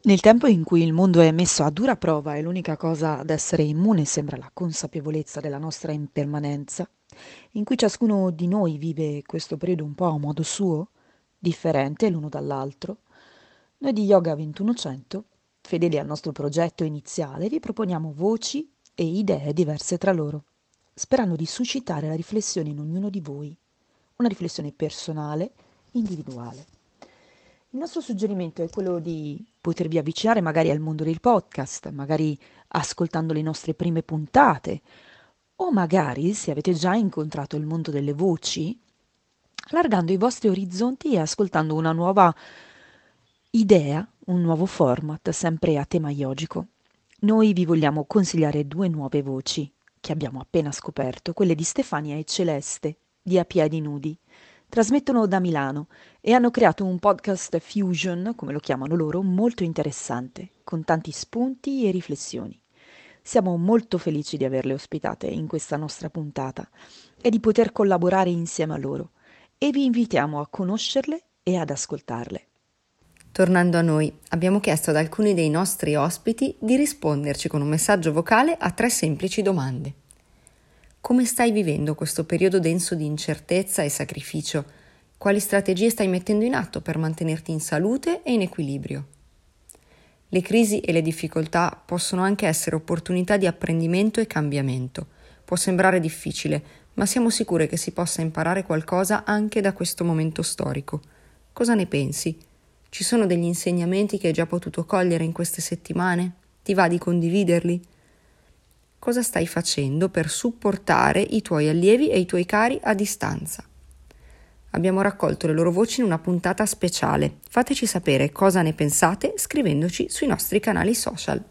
Nel tempo in cui il mondo è messo a dura prova e l'unica cosa ad essere immune sembra la consapevolezza della nostra impermanenza, in cui ciascuno di noi vive questo periodo un po' a modo suo, differente l'uno dall'altro, noi di Yoga 2100, fedeli al nostro progetto iniziale, vi proponiamo voci e idee diverse tra loro, sperando di suscitare la riflessione in ognuno di voi, una riflessione personale, individuale. Il nostro suggerimento è quello di potervi avvicinare magari al mondo del podcast, magari ascoltando le nostre prime puntate, o magari, se avete già incontrato il mondo delle voci, allargando i vostri orizzonti e ascoltando una nuova idea, un nuovo format, sempre a tema yogico. Noi vi vogliamo consigliare due nuove voci che abbiamo appena scoperto, quelle di Stefania e Celeste, di A Piedi Nudi. Trasmettono da Milano e hanno creato un podcast fusion, come lo chiamano loro, molto interessante, con tanti spunti e riflessioni. Siamo molto felici di averle ospitate in questa nostra puntata e di poter collaborare insieme a loro e vi invitiamo a conoscerle e ad ascoltarle. Tornando a noi, abbiamo chiesto ad alcuni dei nostri ospiti di risponderci con un messaggio vocale a 3 semplici domande. Come stai vivendo questo periodo denso di incertezza e sacrificio? Quali strategie stai mettendo in atto per mantenerti in salute e in equilibrio? Le crisi e le difficoltà possono anche essere opportunità di apprendimento e cambiamento. Può sembrare difficile, ma siamo sicure che si possa imparare qualcosa anche da questo momento storico. Cosa ne pensi? Ci sono degli insegnamenti che hai già potuto cogliere in queste settimane? Ti va di condividerli? Cosa stai facendo per supportare i tuoi allievi e i tuoi cari a distanza? Abbiamo raccolto le loro voci in una puntata speciale. Fateci sapere cosa ne pensate scrivendoci sui nostri canali social.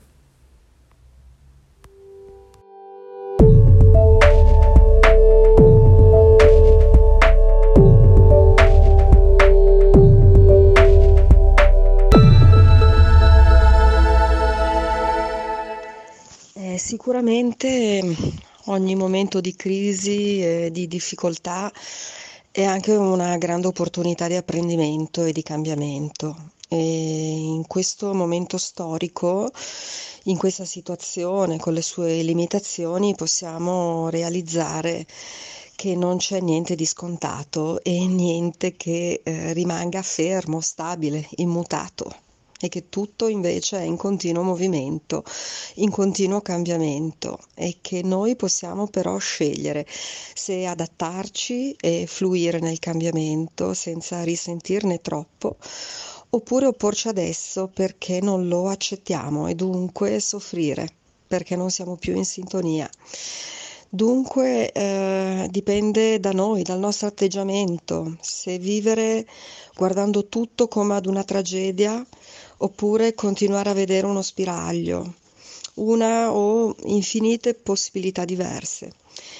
Sicuramente ogni momento di crisi e di difficoltà è anche una grande opportunità di apprendimento e di cambiamento. E in questo momento storico, in questa situazione, con le sue limitazioni, possiamo realizzare che non c'è niente di scontato e niente che rimanga fermo, stabile, immutato e che tutto invece è in continuo movimento, in continuo cambiamento e che noi possiamo però scegliere se adattarci e fluire nel cambiamento senza risentirne troppo, oppure opporci ad esso perché non lo accettiamo e dunque soffrire perché non siamo più in sintonia. Dunque dipende da noi, dal nostro atteggiamento, se vivere guardando tutto come ad una tragedia oppure continuare a vedere uno spiraglio, una o infinite possibilità diverse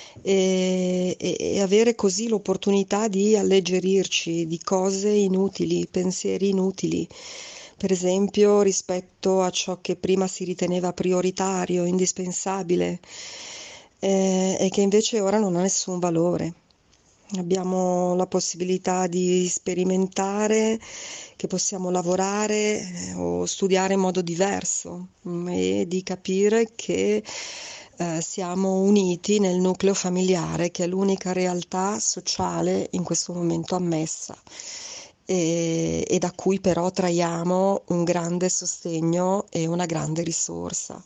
e avere così l'opportunità di alleggerirci di cose inutili, pensieri inutili. Per esempio, rispetto a ciò che prima si riteneva prioritario, indispensabile, e che invece ora non ha nessun valore. Abbiamo la possibilità di sperimentare, che possiamo lavorare o studiare in modo diverso e di capire che siamo uniti nel nucleo familiare, che è l'unica realtà sociale in questo momento ammessa e da cui però traiamo un grande sostegno e una grande risorsa.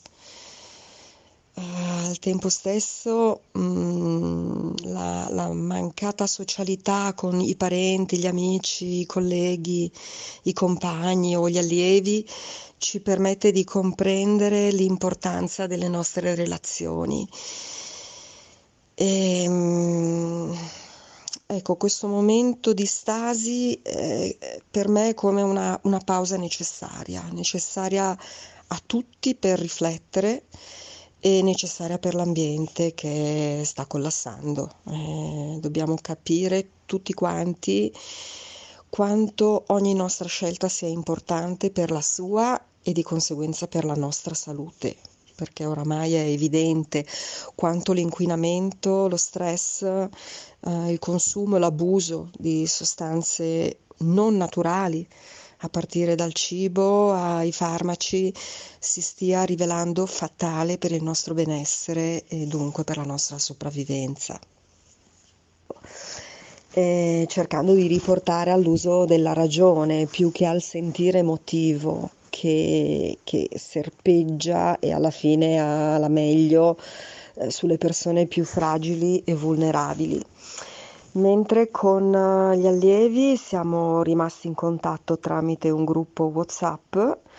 Al tempo stesso, la mancata socialità con i parenti, gli amici, i colleghi, i compagni o gli allievi ci permette di comprendere l'importanza delle nostre relazioni. E, ecco, questo momento di stasi per me è come una pausa necessaria a tutti per riflettere e necessaria per l'ambiente che sta collassando. Dobbiamo capire tutti quanti quanto ogni nostra scelta sia importante per la sua e di conseguenza per la nostra salute, perché oramai è evidente quanto l'inquinamento, lo stress, il consumo e l'abuso di sostanze non naturali a partire dal cibo ai farmaci, si stia rivelando fatale per il nostro benessere e dunque per la nostra sopravvivenza. Cercando di riportare all'uso della ragione più che al sentire emotivo che serpeggia e alla fine ha la meglio sulle persone più fragili e vulnerabili. Mentre con gli allievi siamo rimasti in contatto tramite un gruppo WhatsApp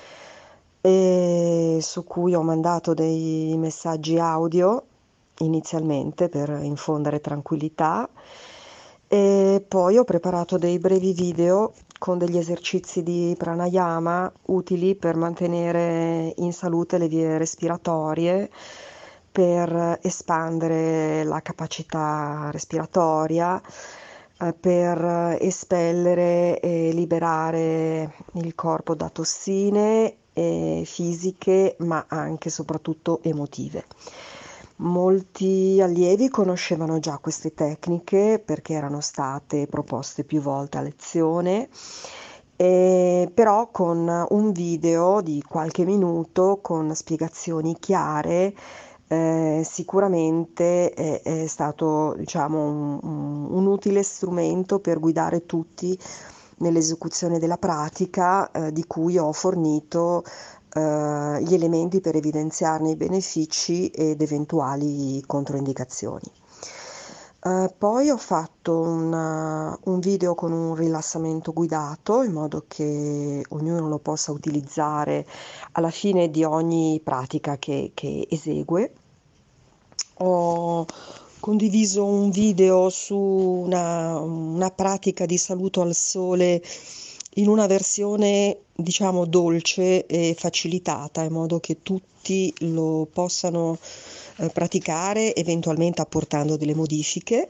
su cui ho mandato dei messaggi audio inizialmente per infondere tranquillità e poi ho preparato dei brevi video con degli esercizi di pranayama utili per mantenere in salute le vie respiratorie, per espandere la capacità respiratoria, per espellere e liberare il corpo da tossine fisiche, ma anche e soprattutto emotive. Molti allievi conoscevano già queste tecniche perché erano state proposte più volte a lezione, però con un video di qualche minuto con spiegazioni chiare. Sicuramente è stato, diciamo, un utile strumento per guidare tutti nell'esecuzione della pratica, di cui ho fornito gli elementi per evidenziarne i benefici ed eventuali controindicazioni. Poi ho fatto un video con un rilassamento guidato in modo che ognuno lo possa utilizzare alla fine di ogni pratica che esegue. Ho condiviso un video su una pratica di saluto al sole in una versione, diciamo, dolce e facilitata, in modo che tutti lo possano praticare, eventualmente apportando delle modifiche.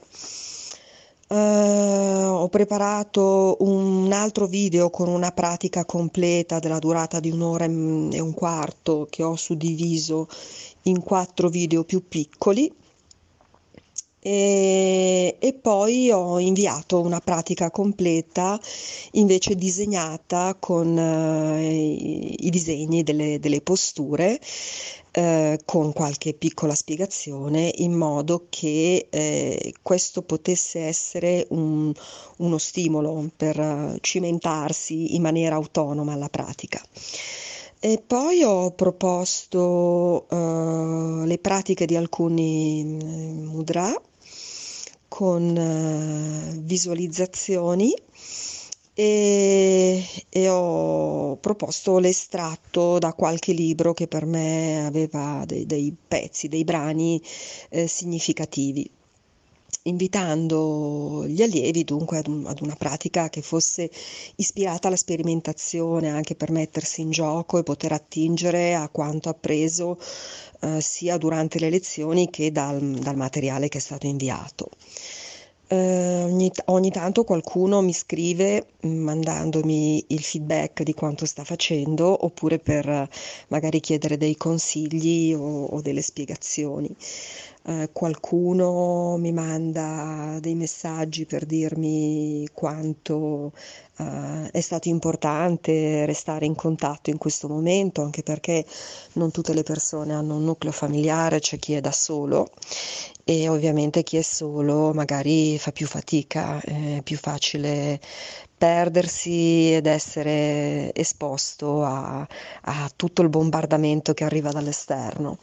Ho preparato un altro video con una pratica completa della durata di 1 ora e un quarto che ho suddiviso in 4 video più piccoli. E poi ho inviato una pratica completa invece disegnata con i disegni delle posture, con qualche piccola spiegazione, in modo che questo potesse essere uno stimolo per cimentarsi in maniera autonoma alla pratica. E poi ho proposto le pratiche di alcuni mudra con visualizzazioni e ho proposto l'estratto da qualche libro che per me aveva dei pezzi, dei brani significativi, invitando gli allievi dunque ad una pratica che fosse ispirata alla sperimentazione, anche per mettersi in gioco e poter attingere a quanto appreso sia durante le lezioni che dal materiale che è stato inviato. Ogni tanto qualcuno mi scrive mandandomi il feedback di quanto sta facendo, oppure per magari chiedere dei consigli o delle spiegazioni. Qualcuno mi manda dei messaggi per dirmi quanto è stato importante restare in contatto in questo momento, anche perché non tutte le persone hanno un nucleo familiare, c'è chi è da solo e ovviamente chi è solo magari fa più fatica, è più facile perdersi ed essere esposto a tutto il bombardamento che arriva dall'esterno.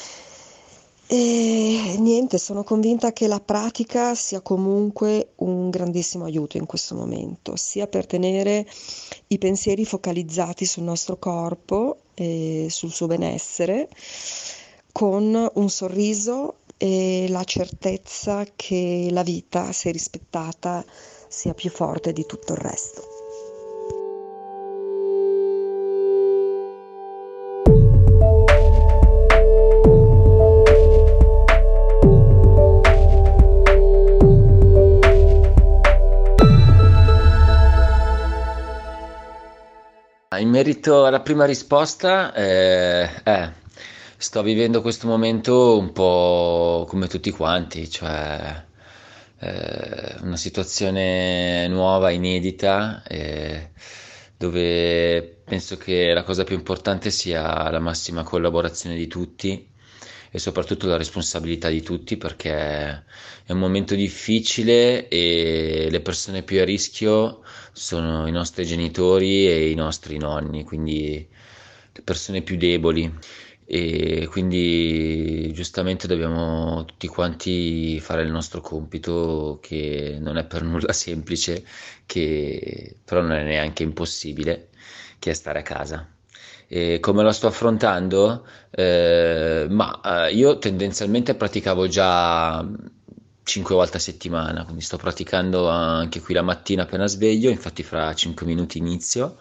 E niente, sono convinta che la pratica sia comunque un grandissimo aiuto in questo momento, sia per tenere i pensieri focalizzati sul nostro corpo e sul suo benessere, con un sorriso e la certezza che la vita, se rispettata, sia più forte di tutto il resto. In merito alla prima risposta, sto vivendo questo momento un po' come tutti quanti, cioè una situazione nuova, inedita, dove penso che la cosa più importante sia la massima collaborazione di tutti e soprattutto la responsabilità di tutti, perché è un momento difficile e le persone più a rischio sono i nostri genitori e i nostri nonni, quindi le persone più deboli. E quindi giustamente dobbiamo tutti quanti fare il nostro compito, che non è per nulla semplice, che però non è neanche impossibile, che è stare a casa. E come lo sto affrontando? Io tendenzialmente praticavo già 5 volte a settimana, quindi sto praticando anche qui la mattina appena sveglio, infatti fra 5 minuti inizio.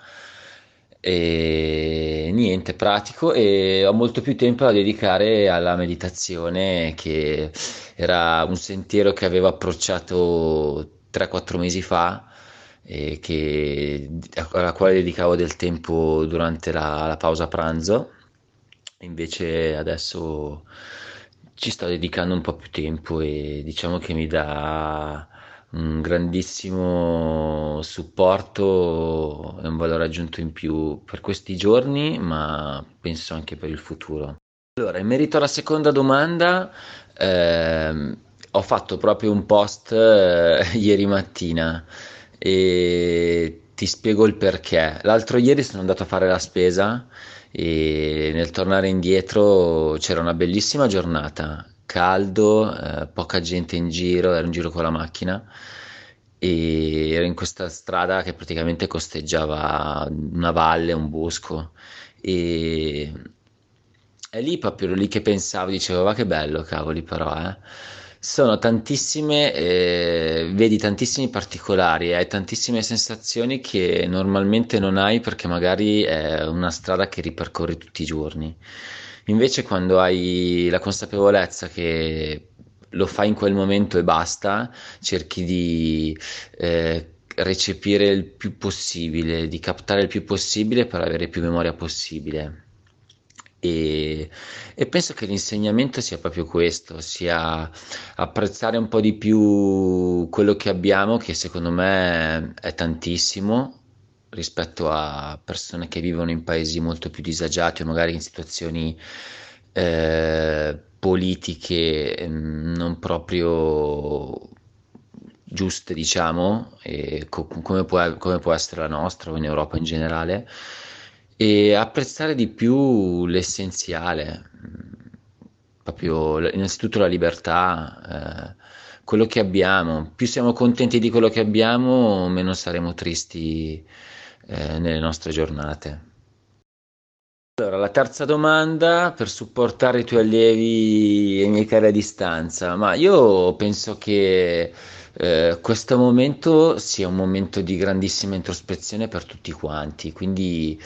E niente, pratico e ho molto più tempo da dedicare alla meditazione, che era un sentiero che avevo approcciato 3-4 mesi fa e alla quale dedicavo del tempo durante la pausa pranzo. Invece adesso ci sto dedicando un po' più tempo e diciamo che mi dà un grandissimo supporto e un valore aggiunto in più per questi giorni, ma penso anche per il futuro. Allora, in merito alla seconda domanda, ehm, ho fatto proprio un post ieri mattina e ti spiego il perché. L'altro ieri sono andato a fare la spesa e nel tornare indietro c'era una bellissima giornata, caldo, poca gente in giro, ero in giro con la macchina e ero in questa strada che praticamente costeggiava una valle, un bosco e è lì proprio lì che pensavo, dicevo, va che bello, cavoli, però, eh. Sono tantissime, vedi tantissimi particolari, hai tantissime sensazioni che normalmente non hai perché magari è una strada che ripercorri tutti i giorni. Invece quando hai la consapevolezza che lo fai in quel momento e basta, cerchi di recepire il più possibile, di captare il più possibile per avere più memoria possibile. E, e penso che l'insegnamento sia proprio questo, sia apprezzare un po' di più quello che abbiamo, che secondo me è tantissimo rispetto a persone che vivono in paesi molto più disagiati o magari in situazioni politiche non proprio giuste, diciamo, come può essere la nostra o in Europa in generale, e apprezzare di più l'essenziale, proprio innanzitutto la libertà, quello che abbiamo. Più siamo contenti di quello che abbiamo, meno saremo tristi, nelle nostre giornate. Allora, la terza domanda per supportare i tuoi allievi e i miei cari a distanza, ma io penso che questo momento sia un momento di grandissima introspezione per tutti quanti, quindi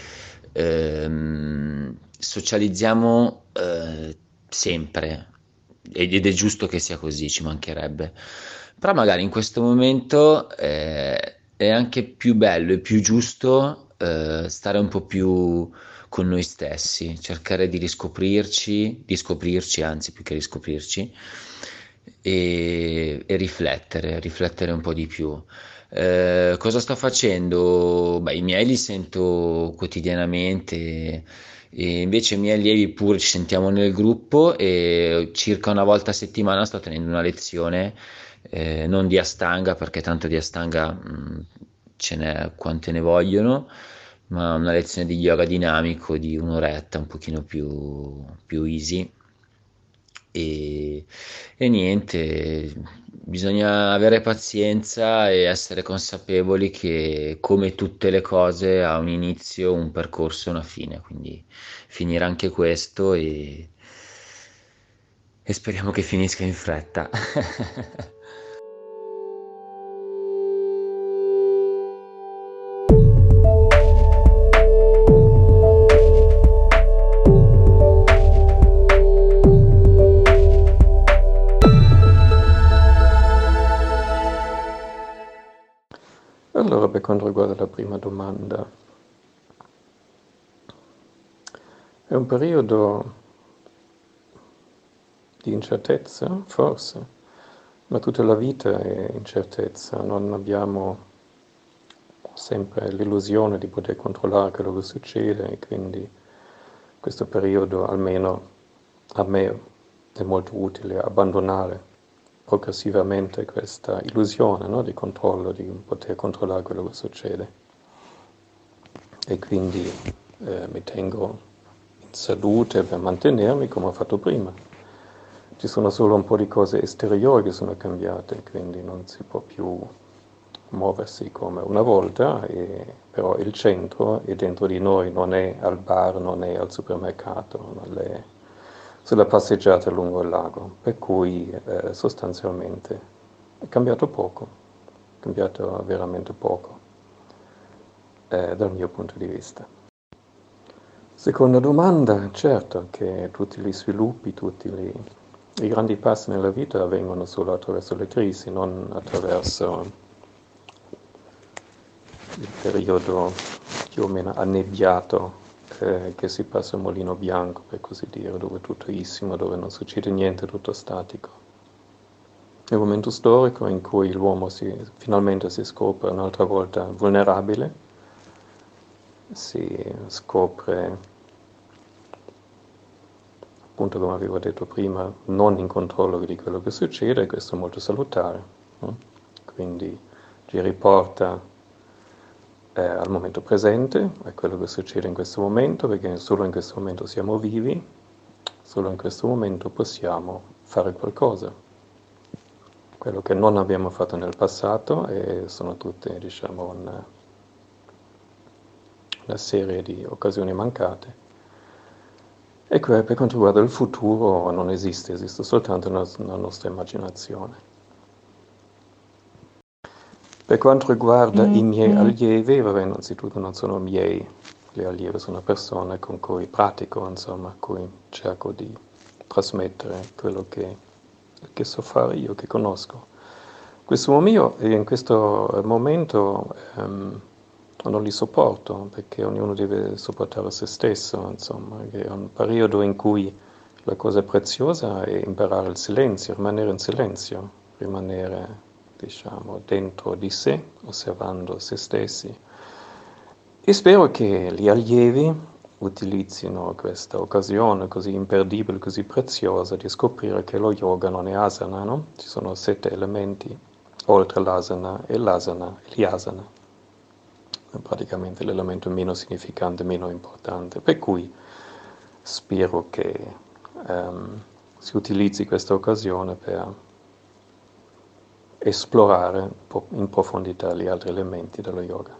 socializziamo sempre ed è giusto che sia così, ci mancherebbe. Però magari in questo momento è anche più bello e più giusto stare un po' più con noi stessi, cercare di scoprirci, anzi più che riscoprirci, e riflettere un po' di più. Cosa sto facendo? Beh, i miei li sento quotidianamente e invece i miei allievi pure ci sentiamo nel gruppo e circa una volta a settimana sto tenendo una lezione, non di Astanga perché tanto di Astanga ce n'è quante ne vogliono, ma una lezione di yoga dinamico di un'oretta, un pochino più easy. E, e niente, bisogna avere pazienza e essere consapevoli che come tutte le cose ha un inizio, un percorso e una fine, quindi finirà anche questo e speriamo che finisca in fretta. Allora, per quanto riguarda la prima domanda, è un periodo di incertezza, forse, ma tutta la vita è incertezza, non abbiamo sempre l'illusione di poter controllare quello che succede e quindi questo periodo almeno a me è molto utile abbandonare progressivamente questa illusione, no, di controllo, di poter controllare quello che succede e quindi mi tengo in salute per mantenermi come ho fatto prima. Ci sono solo un po' di cose esteriori che sono cambiate, quindi non si può più muoversi come una volta, però il centro è dentro di noi, non è al bar, non è al supermercato, non è sulla passeggiata lungo il lago, per cui sostanzialmente è cambiato poco, è cambiato veramente poco dal mio punto di vista. Seconda domanda, certo che tutti gli sviluppi, i grandi passi nella vita avvengono solo attraverso le crisi, non attraverso il periodo più o meno annebbiato che si passa a Mulino Bianco, per così dire, dove tutto è issimo, dove non succede niente, tutto statico. È un momento storico in cui l'uomo finalmente si scopre un'altra volta vulnerabile, si scopre, appunto come avevo detto prima, non in controllo di quello che succede, e questo è molto salutare. Quindi ci riporta al momento presente, a quello che succede in questo momento, perché solo in questo momento siamo vivi, solo in questo momento possiamo fare qualcosa. Quello che non abbiamo fatto nel passato e sono tutte, diciamo, una serie di occasioni mancate. E per quanto riguarda il futuro non esiste, esiste soltanto la nostra immaginazione. Per quanto riguarda i miei allievi, vabbè, innanzitutto non sono miei, gli allievi sono persone con cui pratico, insomma, a cui cerco di trasmettere quello che so fare io, che conosco. In questo momento non li sopporto, perché ognuno deve sopportare se stesso, insomma, che è un periodo in cui la cosa preziosa è imparare il silenzio, rimanere in silenzio, rimanere, diciamo, dentro di sé, osservando se stessi. E spero che gli allievi utilizzino questa occasione così imperdibile, così preziosa di scoprire che lo yoga non è asana, no? Ci sono 7 elementi oltre l'asana e gli asana. È praticamente l'elemento meno significante, meno importante. Per cui spero che si utilizzi questa occasione per esplorare in profondità gli altri elementi dello yoga.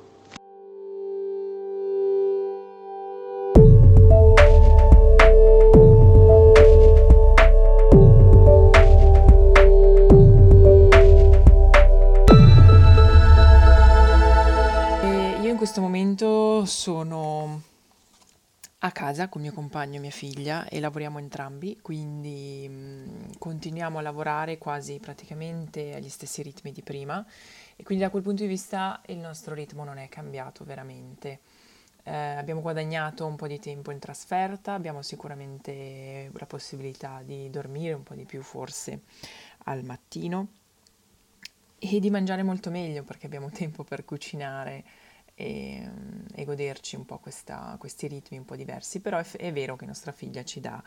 Io in questo momento sono a casa con mio compagno e mia figlia e lavoriamo entrambi, quindi continuiamo a lavorare quasi praticamente agli stessi ritmi di prima e quindi da quel punto di vista il nostro ritmo non è cambiato veramente. Abbiamo guadagnato un po' di tempo in trasferta, abbiamo sicuramente la possibilità di dormire un po' di più forse al mattino e di mangiare molto meglio perché abbiamo tempo per cucinare e goderci un po' questi ritmi un po' diversi, però è vero che nostra figlia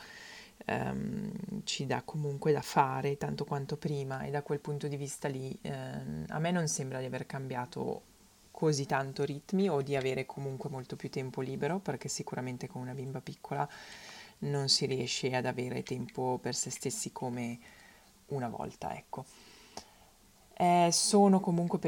ci dà comunque da fare tanto quanto prima e da quel punto di vista lì a me non sembra di aver cambiato così tanto ritmi o di avere comunque molto più tempo libero perché sicuramente con una bimba piccola non si riesce ad avere tempo per se stessi come una volta, ecco. Sono comunque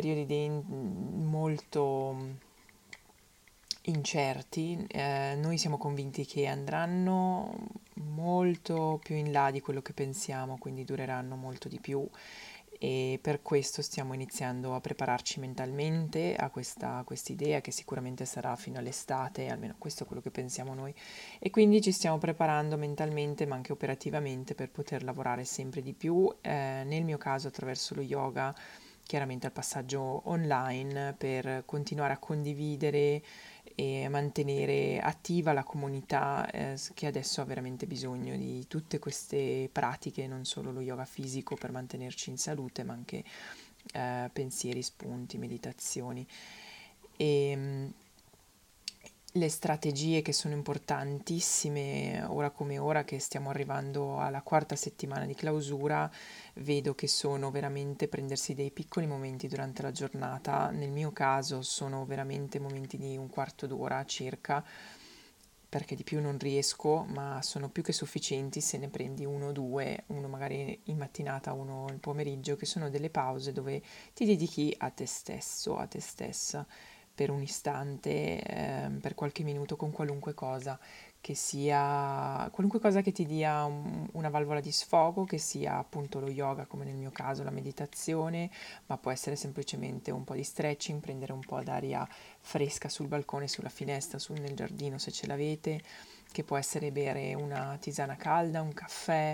molto incerti, noi siamo convinti che andranno molto più in là di quello che pensiamo, quindi dureranno molto di più e per questo stiamo iniziando a prepararci mentalmente a questa idea che sicuramente sarà fino all'estate, almeno questo è quello che pensiamo noi, e quindi ci stiamo preparando mentalmente ma anche operativamente per poter lavorare sempre di più, nel mio caso attraverso lo yoga, chiaramente al passaggio online per continuare a condividere e mantenere attiva la comunità che adesso ha veramente bisogno di tutte queste pratiche, non solo lo yoga fisico per mantenerci in salute, ma anche pensieri, spunti, meditazioni. E le strategie che sono importantissime, ora come ora che stiamo arrivando alla quarta settimana di clausura, vedo che sono veramente prendersi dei piccoli momenti durante la giornata. Nel mio caso sono veramente momenti di un quarto d'ora circa, perché di più non riesco, ma sono più che sufficienti se ne prendi uno o due, uno magari in mattinata, uno nel pomeriggio, che sono delle pause dove ti dedichi a te stesso, a te stessa, per un istante, per qualche minuto, con qualunque cosa, che sia qualunque cosa che ti dia una valvola di sfogo, che sia appunto lo yoga, come nel mio caso, la meditazione, ma può essere semplicemente un po' di stretching, prendere un po' d'aria fresca sul balcone, sulla finestra, nel giardino se ce l'avete, che può essere bere una tisana calda, un caffè,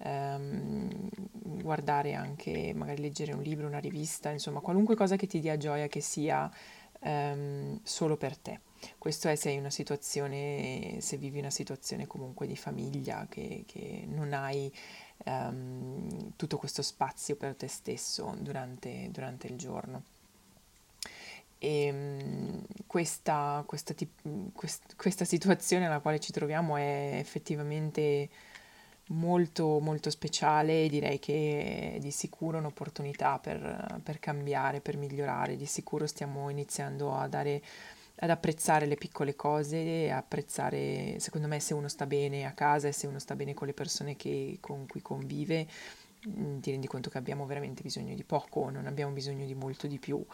guardare anche, magari leggere un libro, una rivista, insomma, qualunque cosa che ti dia gioia, che sia solo per te. Questo è se hai una situazione, se vivi una situazione comunque di famiglia, che non hai tutto questo spazio per te stesso durante il giorno. E questa situazione nella quale ci troviamo è effettivamente molto, molto speciale e direi che è di sicuro un'opportunità per cambiare, per migliorare. Di sicuro stiamo iniziando ad apprezzare le piccole cose, e apprezzare, secondo me, se uno sta bene a casa e se uno sta bene con le persone con cui convive, ti rendi conto che abbiamo veramente bisogno di poco, non abbiamo bisogno di molto di più.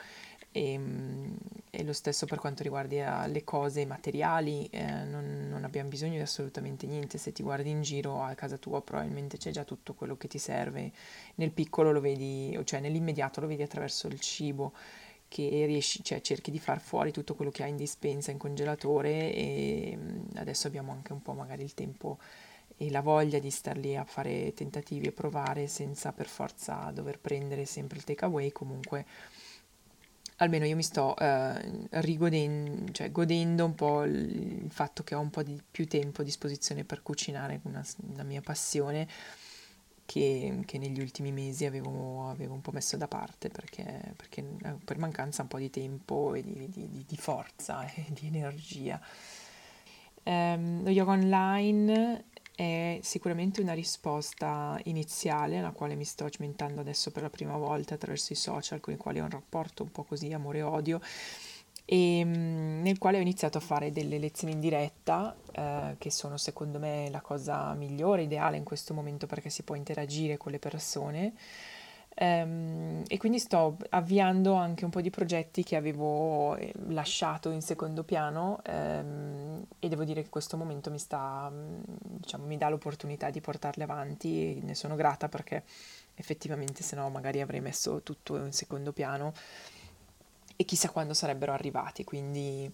E lo stesso per quanto riguarda le cose materiali, non abbiamo bisogno di assolutamente niente. Se ti guardi in giro a casa tua probabilmente c'è già tutto quello che ti serve. Nel piccolo lo vedi, cioè nell'immediato lo vedi attraverso il cibo, che riesci, cioè cerchi di far fuori tutto quello che hai in dispensa, in congelatore, e adesso abbiamo anche un po' magari il tempo e la voglia di star lì a fare tentativi e provare senza per forza dover prendere sempre il takeaway. Comunque almeno io mi sto rigodendo, cioè godendo un po' il fatto che ho un po' di più tempo a disposizione per cucinare, una mia passione che negli ultimi mesi avevo un po' messo da parte perché per mancanza un po' di tempo e di forza e di energia. Lo yoga online è sicuramente una risposta iniziale alla quale mi sto cimentando adesso per la prima volta attraverso i social, con i quali ho un rapporto un po' così amore e odio, e nel quale ho iniziato a fare delle lezioni in diretta, che sono secondo me la cosa migliore, ideale in questo momento, perché si può interagire con le persone. E quindi sto avviando anche un po' di progetti che avevo lasciato in secondo piano, e devo dire che questo momento diciamo, mi dà l'opportunità di portarli avanti, e ne sono grata perché effettivamente se no magari avrei messo tutto in secondo piano e chissà quando sarebbero arrivati. Quindi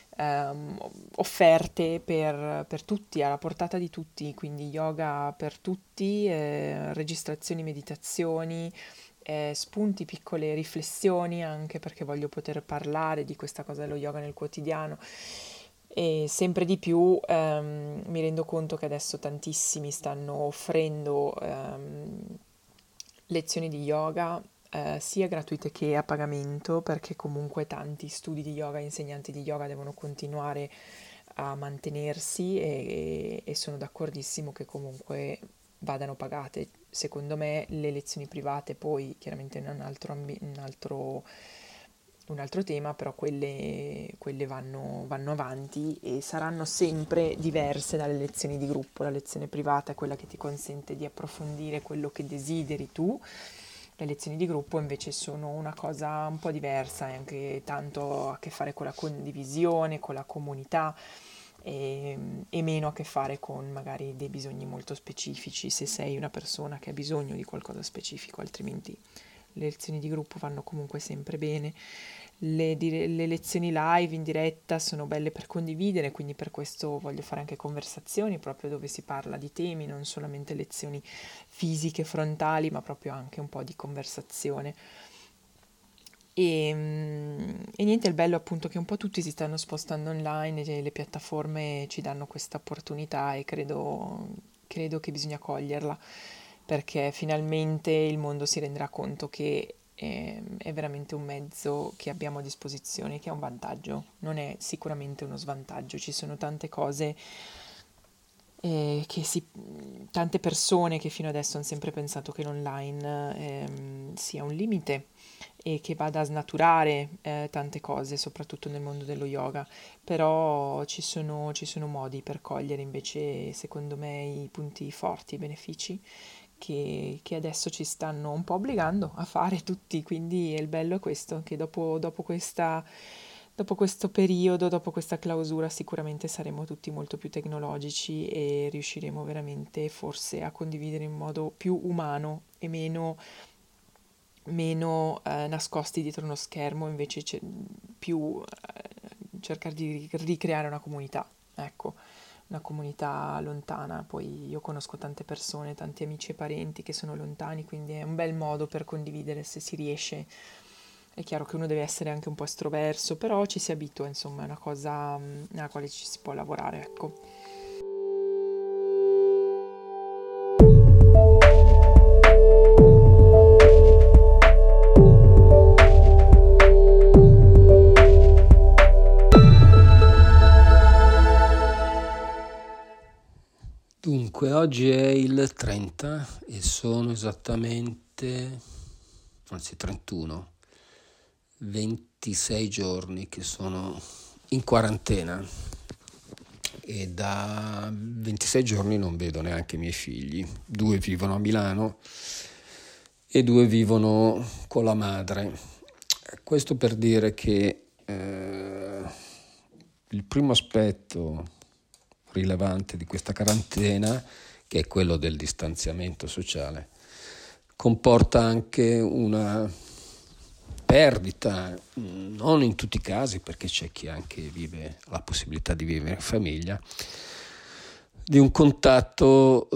offerte per tutti, alla portata di tutti, quindi yoga per tutti, registrazioni, meditazioni, spunti, piccole riflessioni, anche perché voglio poter parlare di questa cosa dello yoga nel quotidiano. E sempre di più mi rendo conto che adesso tantissimi stanno offrendo lezioni di yoga, sia gratuite che a pagamento, perché comunque tanti studi di yoga, insegnanti di yoga devono continuare a mantenersi, e sono d'accordissimo che comunque vadano pagate. Secondo me le lezioni private poi chiaramente è un altro tema, però quelle vanno avanti e saranno sempre diverse dalle lezioni di gruppo. La lezione privata è quella che ti consente di approfondire quello che desideri tu. Le lezioni di gruppo invece sono una cosa un po' diversa, e anche tanto a che fare con la condivisione, con la comunità, e meno a che fare con magari dei bisogni molto specifici, se sei una persona che ha bisogno di qualcosa specifico, altrimenti le lezioni di gruppo vanno comunque sempre bene. Le lezioni live in diretta sono belle per condividere, quindi per questo voglio fare anche conversazioni proprio dove si parla di temi, non solamente lezioni fisiche, frontali, ma proprio anche un po' di conversazione. E niente, il bello appunto che un po' tutti si stanno spostando online e le piattaforme ci danno questa opportunità, e credo che bisogna coglierla, perché finalmente il mondo si renderà conto che è veramente un mezzo che abbiamo a disposizione, che è un vantaggio, non è sicuramente uno svantaggio. Ci sono tante cose tante persone che fino adesso hanno sempre pensato che l'online sia un limite e che vada a snaturare tante cose, soprattutto nel mondo dello yoga, però ci sono modi per cogliere invece, secondo me, i punti forti, i benefici che adesso ci stanno un po' obbligando a fare tutti, quindi il bello è questo, che dopo questo periodo, dopo questa clausura, sicuramente saremo tutti molto più tecnologici e riusciremo veramente forse a condividere in modo più umano e meno nascosti dietro uno schermo, invece più cercare di ricreare una comunità, ecco, una comunità lontana. Poi io conosco tante persone, tanti amici e parenti che sono lontani, quindi è un bel modo per condividere se si riesce. È chiaro che uno deve essere anche un po' estroverso, però ci si abitua, insomma, è una cosa nella quale ci si può lavorare, ecco. Dunque, oggi è il 30 e sono esattamente, anzi 31, 26 giorni che sono in quarantena e da 26 giorni non vedo neanche i miei figli. 2 vivono a Milano e 2 vivono con la madre. Questo per dire che il primo aspetto rilevante di questa quarantena, che è quello del distanziamento sociale, comporta anche una perdita, non in tutti i casi, perché c'è chi anche vive la possibilità di vivere in famiglia, di un contatto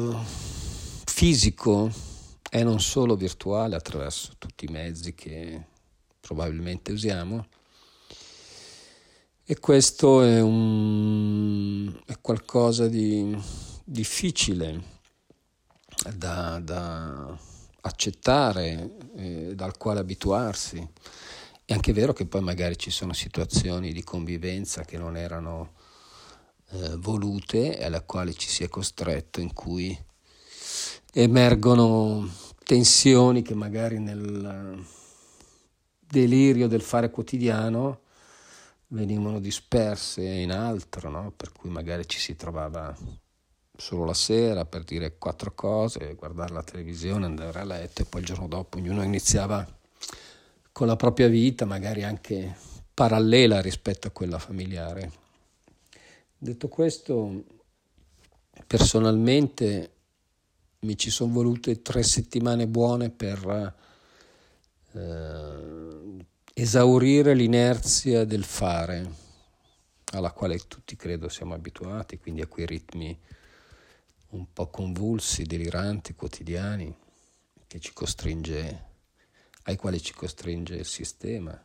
fisico e non solo virtuale attraverso tutti i mezzi che probabilmente usiamo. E questo è qualcosa di difficile da accettare, dal quale abituarsi. È anche vero che poi magari ci sono situazioni di convivenza che non erano volute e alle quali ci si è costretto, in cui emergono tensioni che magari nel delirio del fare quotidiano venivano disperse in altro, no? Per cui magari ci si trovava solo la sera per dire 4 cose, guardare la televisione, andare a letto e poi il giorno dopo ognuno iniziava con la propria vita, magari anche parallela rispetto a quella familiare. Detto questo, personalmente mi ci sono volute 3 settimane buone per esaurire l'inerzia del fare, alla quale tutti credo siamo abituati, quindi a quei ritmi un po' convulsi, deliranti, quotidiani, ai quali ci costringe il sistema.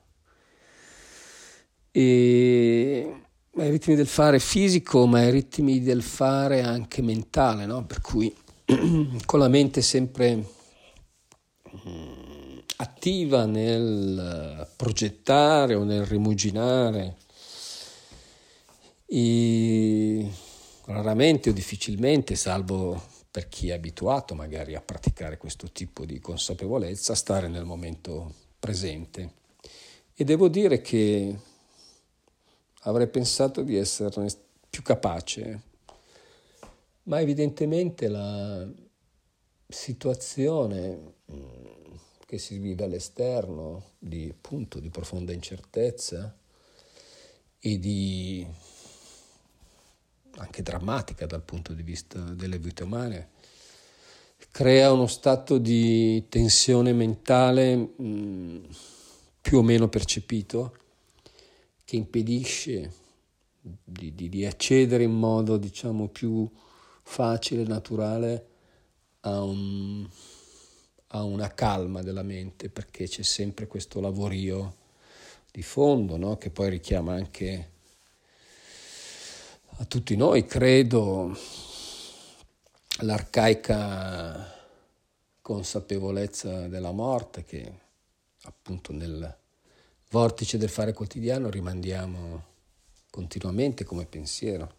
E ai ritmi del fare fisico, ma ai ritmi del fare anche mentale, no? Per cui con la mente sempre attiva nel progettare o nel rimuginare, e raramente o difficilmente, salvo per chi è abituato magari a praticare questo tipo di consapevolezza, stare nel momento presente. E devo dire che avrei pensato di esserne più capace, ma evidentemente la situazione che si vive all'esterno di profonda incertezza e anche drammatica dal punto di vista delle vite umane, crea uno stato di tensione mentale più o meno percepito, che impedisce di accedere in modo, diciamo, più facile e naturale a una calma della mente, perché c'è sempre questo lavorio di fondo, no? Che poi richiama anche a tutti noi, credo, l'arcaica consapevolezza della morte, che appunto nel vortice del fare quotidiano rimandiamo continuamente come pensiero.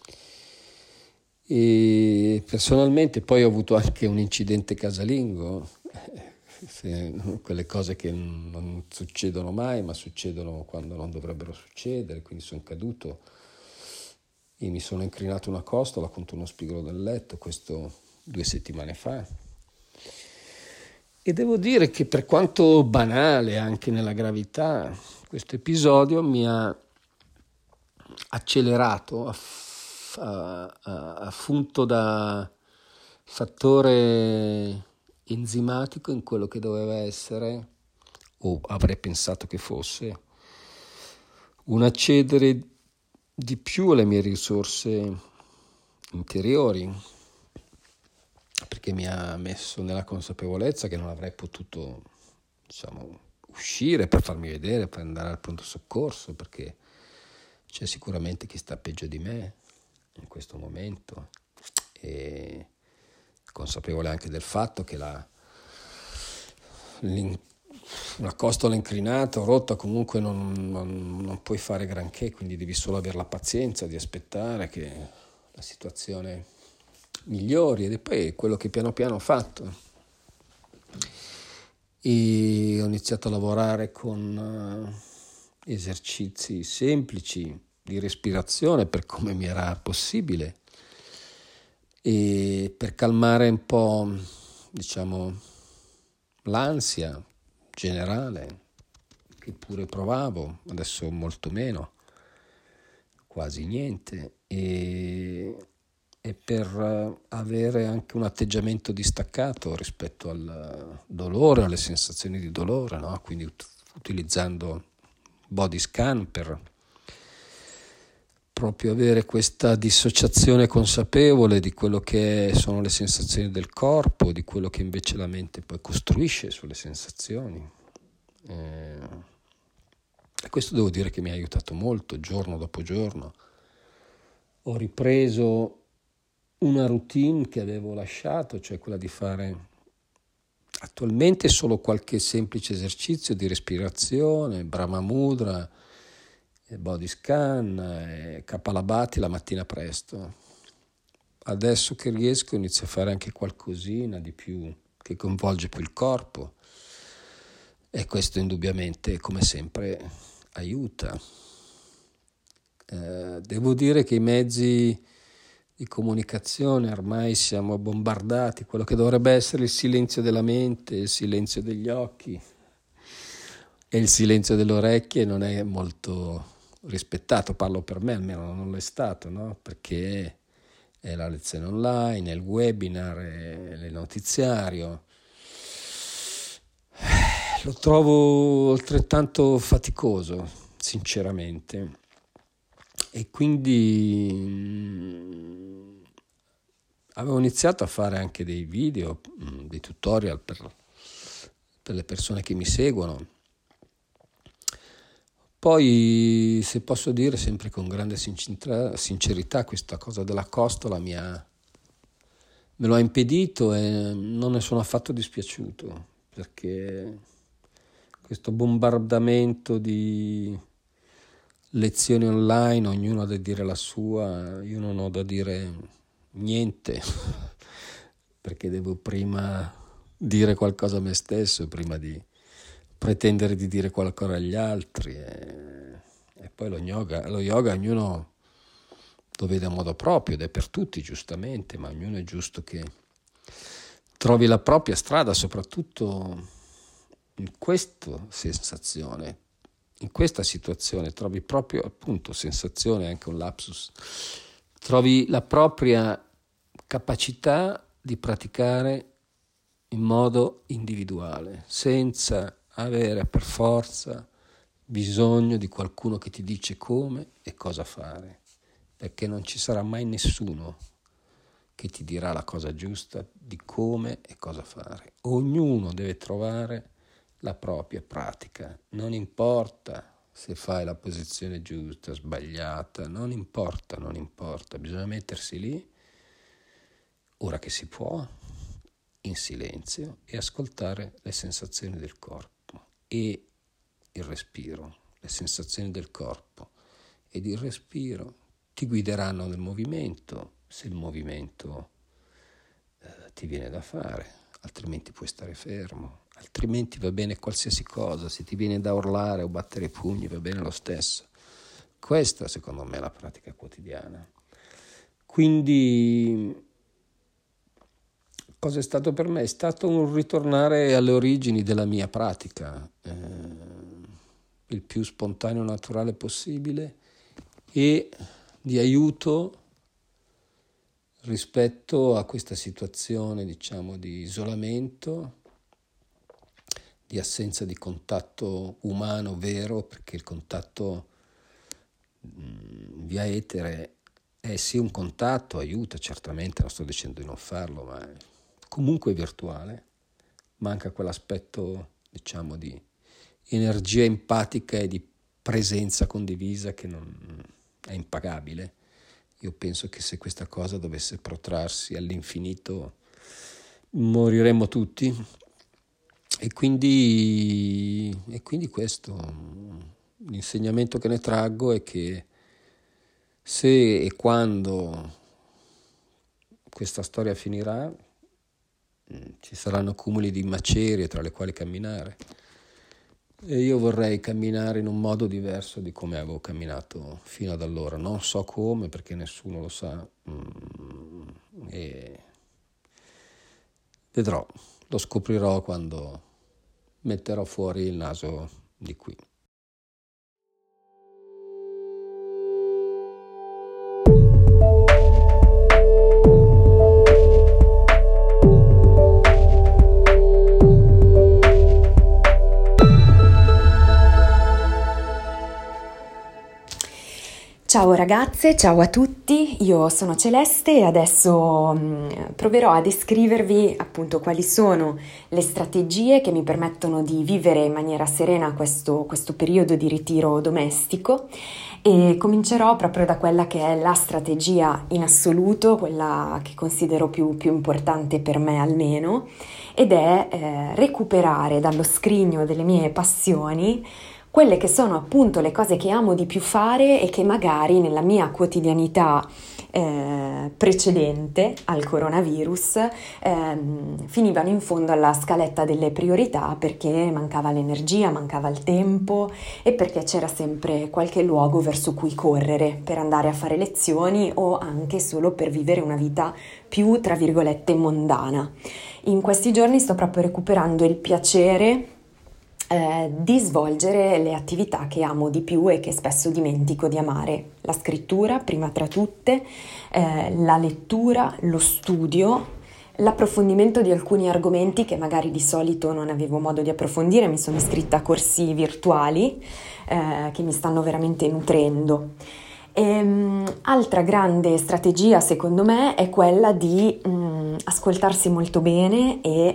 E personalmente poi ho avuto anche un incidente casalingo, quelle cose che non succedono mai, ma succedono quando non dovrebbero succedere, quindi sono caduto e mi sono incrinato una costola contro uno spigolo del letto, questo 2 settimane fa. E devo dire che, per quanto banale anche nella gravità, questo episodio mi ha accelerato, funto da fattore enzimatico in quello che doveva essere, o avrei pensato che fosse, un accedere di più alle mie risorse interiori, perché mi ha messo nella consapevolezza che non avrei potuto, uscire per farmi vedere, per andare al pronto soccorso, perché c'è sicuramente chi sta peggio di me in questo momento, e consapevole anche del fatto che una costola incrinata o rotta comunque non puoi fare granché, quindi devi solo avere la pazienza di aspettare che la situazione migliori, ed è poi quello che piano piano ho fatto. E ho iniziato a lavorare con esercizi semplici di respirazione per come mi era possibile, e per calmare un po', l'ansia generale che pure provavo, adesso molto meno, quasi niente, e per avere anche un atteggiamento distaccato rispetto al dolore, alle sensazioni di dolore, no? Quindi utilizzando body scan per proprio avere questa dissociazione consapevole di quello che sono le sensazioni del corpo, di quello che invece la mente poi costruisce sulle sensazioni. E questo devo dire che mi ha aiutato molto, giorno dopo giorno. Ho ripreso una routine che avevo lasciato, cioè quella di fare attualmente solo qualche semplice esercizio di respirazione, Brahma Mudra, body scan, Kapalabhati la mattina presto. Adesso che riesco inizio a fare anche qualcosina di più che coinvolge più il corpo, e questo indubbiamente, come sempre, aiuta. Devo dire che i mezzi di comunicazione ormai siamo bombardati, quello che dovrebbe essere il silenzio della mente, il silenzio degli occhi e il silenzio delle orecchie non è molto rispettato, parlo per me, almeno non lo è stato, no? Perché è la lezione online, è il webinar, è il notiziario. Lo trovo altrettanto faticoso, sinceramente. E quindi avevo iniziato a fare anche dei video, dei tutorial per le persone che mi seguono. Poi, se posso dire, sempre con grande sincerità, questa cosa della costola me lo ha impedito e non ne sono affatto dispiaciuto, perché questo bombardamento di lezioni online, ognuno ha da dire la sua, io non ho da dire niente, perché devo prima dire qualcosa a me stesso, prima di pretendere di dire qualcosa agli altri, e poi lo yoga ognuno lo vede a modo proprio, ed è per tutti giustamente, ma ognuno è giusto che trovi la propria strada, soprattutto in questa sensazione, in questa situazione trovi proprio, appunto, sensazione, anche un lapsus, trovi la propria capacità di praticare in modo individuale, senza avere per forza bisogno di qualcuno che ti dice come e cosa fare, perché non ci sarà mai nessuno che ti dirà la cosa giusta di come e cosa fare. Ognuno deve trovare la propria pratica, non importa se fai la posizione giusta, sbagliata, non importa, bisogna mettersi lì, ora che si può, in silenzio, e ascoltare le sensazioni del corpo. e il respiro, le sensazioni del corpo ed il respiro ti guideranno nel movimento, se il movimento ti viene da fare, altrimenti puoi stare fermo, altrimenti va bene qualsiasi cosa, se ti viene da urlare o battere i pugni va bene lo stesso. Questa secondo me è la pratica quotidiana. Quindi cosa è stato per me? È stato un ritornare alle origini della mia pratica, il più spontaneo e naturale possibile e di aiuto rispetto a questa situazione, diciamo, di isolamento, di assenza di contatto umano vero, perché il contatto via etere è sì un contatto, aiuta certamente, non sto dicendo di non farlo, ma comunque è virtuale, manca quell'aspetto, diciamo, di energia empatica e di presenza condivisa che non è impagabile. Io penso che se questa cosa dovesse protrarsi all'infinito moriremmo tutti e quindi questo, l'insegnamento che ne traggo è che se e quando questa storia finirà ci saranno cumuli di macerie tra le quali camminare e io vorrei camminare in un modo diverso di come avevo camminato fino ad allora. Non so come, perché nessuno lo sa, e vedrò, lo scoprirò quando metterò fuori il naso di qui. Ciao ragazze, ciao a tutti, io sono Celeste e adesso proverò a descrivervi appunto quali sono le strategie che mi permettono di vivere in maniera serena questo periodo di ritiro domestico e comincerò proprio da quella che è la strategia in assoluto, quella che considero più importante per me almeno, ed è recuperare dallo scrigno delle mie passioni quelle che sono appunto le cose che amo di più fare e che magari nella mia quotidianità precedente al coronavirus finivano in fondo alla scaletta delle priorità perché mancava l'energia, mancava il tempo e perché c'era sempre qualche luogo verso cui correre per andare a fare lezioni o anche solo per vivere una vita più, tra virgolette, mondana. In questi giorni sto proprio recuperando il piacere di svolgere le attività che amo di più e che spesso dimentico di amare: la scrittura prima tra tutte, la lettura, lo studio, l'approfondimento di alcuni argomenti che magari di solito non avevo modo di approfondire. Mi sono iscritta a corsi virtuali che mi stanno veramente nutrendo. Altra grande strategia secondo me è quella di ascoltarsi molto bene e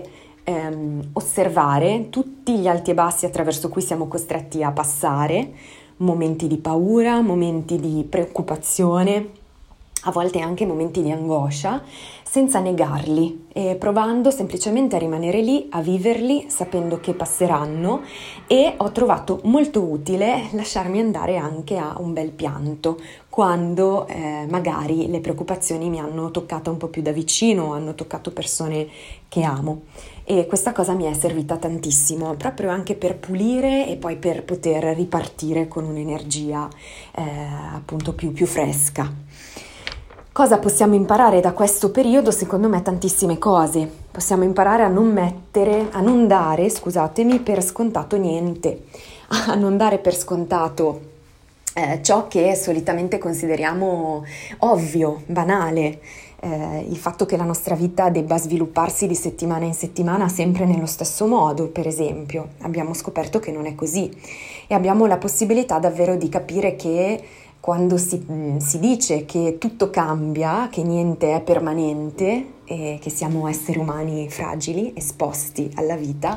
osservare tutti gli alti e bassi attraverso cui siamo costretti a passare, momenti di paura, momenti di preoccupazione, a volte anche momenti di angoscia, senza negarli e provando semplicemente a rimanere lì, a viverli, sapendo che passeranno. E ho trovato molto utile lasciarmi andare anche a un bel pianto quando magari le preoccupazioni mi hanno toccata un po' più da vicino, hanno toccato persone che amo. E questa cosa mi è servita tantissimo, proprio anche per pulire e poi per poter ripartire con un'energia appunto più fresca. Cosa possiamo imparare da questo periodo? Secondo me tantissime cose. Possiamo imparare a non dare per scontato niente, a non dare per scontato ciò che solitamente consideriamo ovvio, banale. Il fatto che la nostra vita debba svilupparsi di settimana in settimana sempre nello stesso modo, per esempio. Abbiamo scoperto che non è così e abbiamo la possibilità davvero di capire che quando si dice che tutto cambia, che niente è permanente e che siamo esseri umani fragili, esposti alla vita,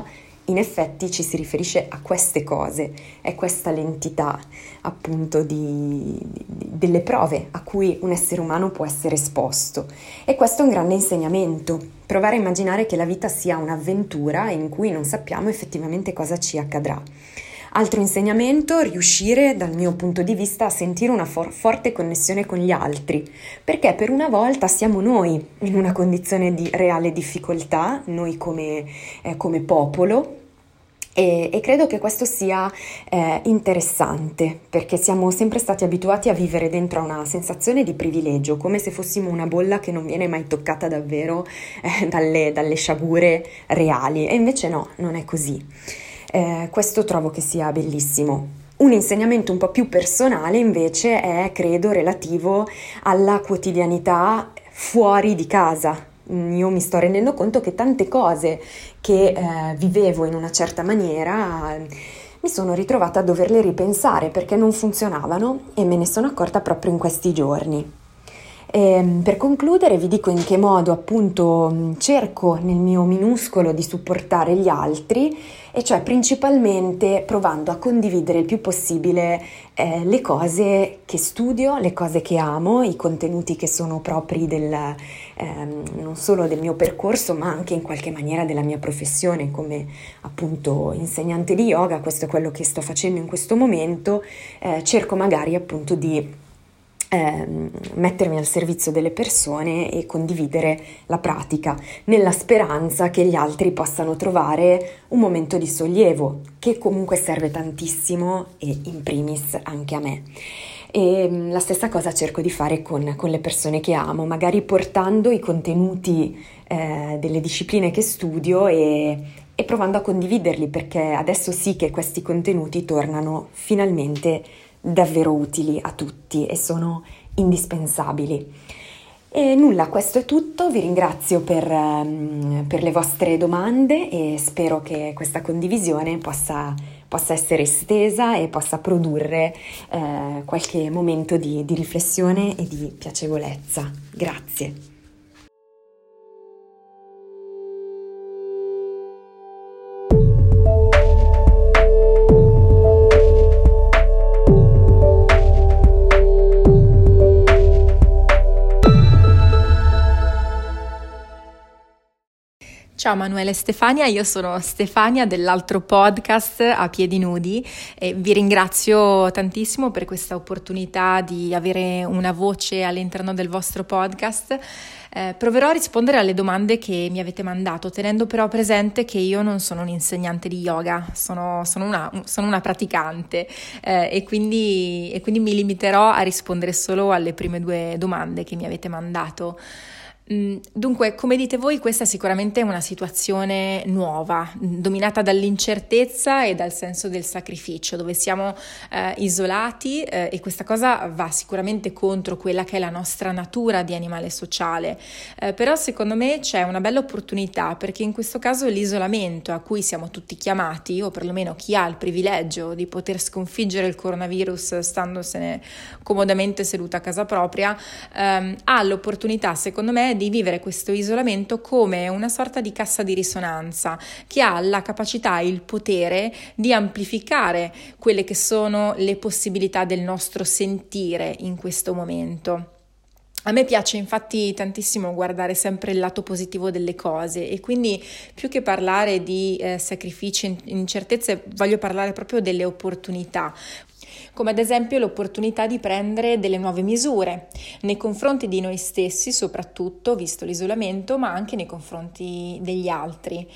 in effetti ci si riferisce a queste cose, è questa l'entità appunto delle prove a cui un essere umano può essere esposto. E questo è un grande insegnamento, provare a immaginare che la vita sia un'avventura in cui non sappiamo effettivamente cosa ci accadrà. Altro insegnamento, riuscire dal mio punto di vista a sentire una forte connessione con gli altri, perché per una volta siamo noi in una condizione di reale difficoltà, noi come popolo, e credo che questo sia interessante, perché siamo sempre stati abituati a vivere dentro a una sensazione di privilegio, come se fossimo una bolla che non viene mai toccata davvero dalle sciagure reali, e invece no, non è così. Questo trovo che sia bellissimo. Un insegnamento un po' più personale invece è, credo, relativo alla quotidianità fuori di casa. Io mi sto rendendo conto che tante cose che vivevo in una certa maniera mi sono ritrovata a doverle ripensare perché non funzionavano, e me ne sono accorta proprio in questi giorni. Per concludere vi dico in che modo appunto cerco nel mio minuscolo di supportare gli altri, e cioè principalmente provando a condividere il più possibile le cose che studio, le cose che amo, i contenuti che sono propri non solo del mio percorso ma anche in qualche maniera della mia professione come appunto insegnante di yoga. Questo è quello che sto facendo in questo momento. Cerco magari appunto di mettermi al servizio delle persone e condividere la pratica nella speranza che gli altri possano trovare un momento di sollievo che comunque serve tantissimo, e in primis anche a me. E la stessa cosa cerco di fare con le persone che amo, magari portando i contenuti delle discipline che studio e provando a condividerli, perché adesso sì che questi contenuti tornano finalmente davvero utili a tutti e sono indispensabili. E nulla, questo è tutto, vi ringrazio per le vostre domande e spero che questa condivisione possa essere estesa e possa produrre qualche momento di riflessione e di piacevolezza. Grazie. Ciao Manuele e Stefania, io sono Stefania dell'altro podcast A Piedi Nudi e vi ringrazio tantissimo per questa opportunità di avere una voce all'interno del vostro podcast. Proverò a rispondere alle domande che mi avete mandato, tenendo però presente che io non sono un insegnante di yoga, sono una praticante e quindi mi limiterò a rispondere solo alle prime 2 domande che mi avete mandato. Dunque, come dite voi, questa è sicuramente una situazione nuova, dominata dall'incertezza e dal senso del sacrificio, dove siamo isolati e questa cosa va sicuramente contro quella che è la nostra natura di animale sociale. Però secondo me c'è una bella opportunità, perché in questo caso l'isolamento a cui siamo tutti chiamati, o perlomeno chi ha il privilegio di poter sconfiggere il coronavirus standosene comodamente seduta a casa propria, ha l'opportunità, secondo me, di vivere questo isolamento come una sorta di cassa di risonanza che ha la capacità e il potere di amplificare quelle che sono le possibilità del nostro sentire in questo momento. A me piace infatti tantissimo guardare sempre il lato positivo delle cose, e quindi più che parlare di sacrifici e incertezze voglio parlare proprio delle opportunità, come ad esempio l'opportunità di prendere delle nuove misure nei confronti di noi stessi, soprattutto visto l'isolamento, ma anche nei confronti degli altri.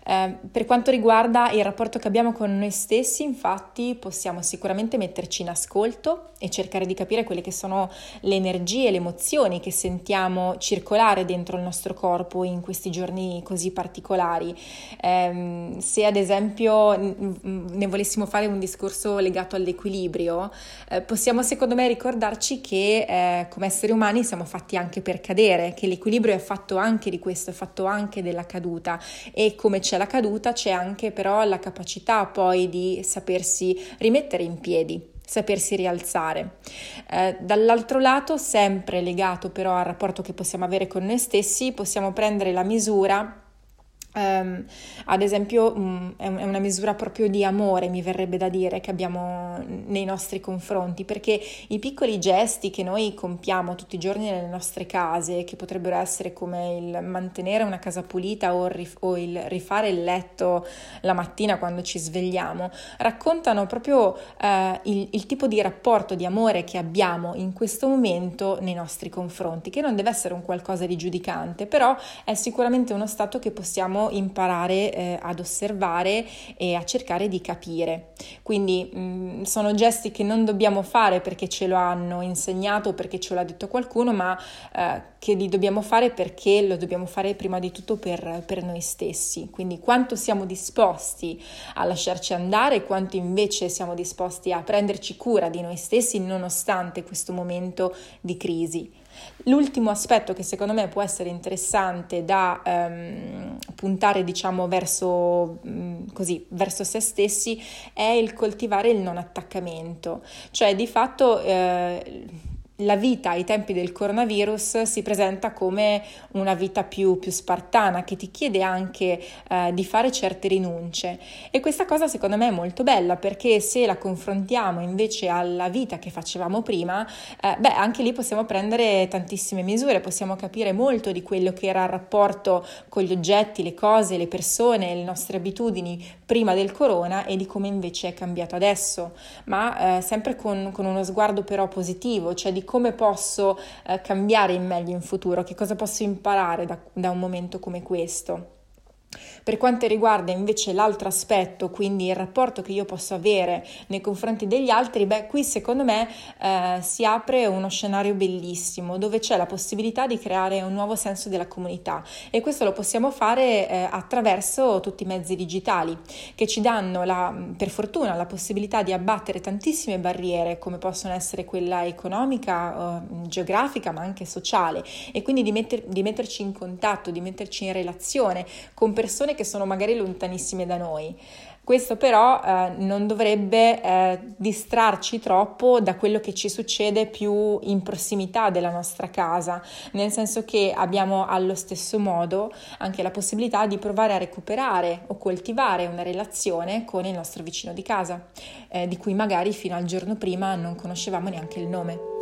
Per quanto riguarda il rapporto che abbiamo con noi stessi, infatti, possiamo sicuramente metterci in ascolto e cercare di capire quelle che sono le energie e le emozioni che sentiamo circolare dentro il nostro corpo in questi giorni così particolari. Se ad esempio ne volessimo fare un discorso legato all'equilibrio, possiamo secondo me ricordarci che come esseri umani siamo fatti anche per cadere, che l'equilibrio è fatto anche di questo, è fatto anche della caduta, e come c'è la caduta c'è anche però la capacità poi di sapersi rimettere in piedi, sapersi rialzare. Dall'altro lato, sempre legato però al rapporto che possiamo avere con noi stessi, possiamo prendere la misura Ad esempio, è una misura proprio di amore, mi verrebbe da dire, che abbiamo nei nostri confronti, perché i piccoli gesti che noi compiamo tutti i giorni nelle nostre case, che potrebbero essere come il mantenere una casa pulita o il rifare il letto la mattina quando ci svegliamo, raccontano proprio il tipo di rapporto di amore che abbiamo in questo momento nei nostri confronti, che non deve essere un qualcosa di giudicante, però è sicuramente uno stato che possiamo imparare ad osservare e a cercare di capire. Quindi sono gesti che non dobbiamo fare perché ce lo hanno insegnato o perché ce l'ha detto qualcuno, ma che li dobbiamo fare perché lo dobbiamo fare prima di tutto per noi stessi. Quindi quanto siamo disposti a lasciarci andare, quanto invece siamo disposti a prenderci cura di noi stessi nonostante questo momento di crisi. L'ultimo aspetto che secondo me può essere interessante da puntare, diciamo, verso se stessi è il coltivare il non attaccamento, cioè di fatto la vita ai tempi del coronavirus si presenta come una vita più spartana, che ti chiede anche di fare certe rinunce, e questa cosa secondo me è molto bella, perché se la confrontiamo invece alla vita che facevamo prima, anche lì possiamo prendere tantissime misure, possiamo capire molto di quello che era il rapporto con gli oggetti, le cose, le persone, le nostre abitudini prima del corona e di come invece è cambiato adesso, ma sempre con uno sguardo però positivo, cioè di come posso cambiare in meglio in futuro, che cosa posso imparare da un momento come questo. Per quanto riguarda invece l'altro aspetto, quindi il rapporto che io posso avere nei confronti degli altri, qui secondo me si apre uno scenario bellissimo dove c'è la possibilità di creare un nuovo senso della comunità, e questo lo possiamo fare attraverso tutti i mezzi digitali che ci danno per fortuna la possibilità di abbattere tantissime barriere, come possono essere quella economica, geografica, ma anche sociale, e quindi di metterci in contatto, di metterci in relazione con persone che sono magari lontanissime da noi. Questo però non dovrebbe distrarci troppo da quello che ci succede più in prossimità della nostra casa, nel senso che abbiamo allo stesso modo anche la possibilità di provare a recuperare o coltivare una relazione con il nostro vicino di casa, di cui magari fino al giorno prima non conoscevamo neanche il nome.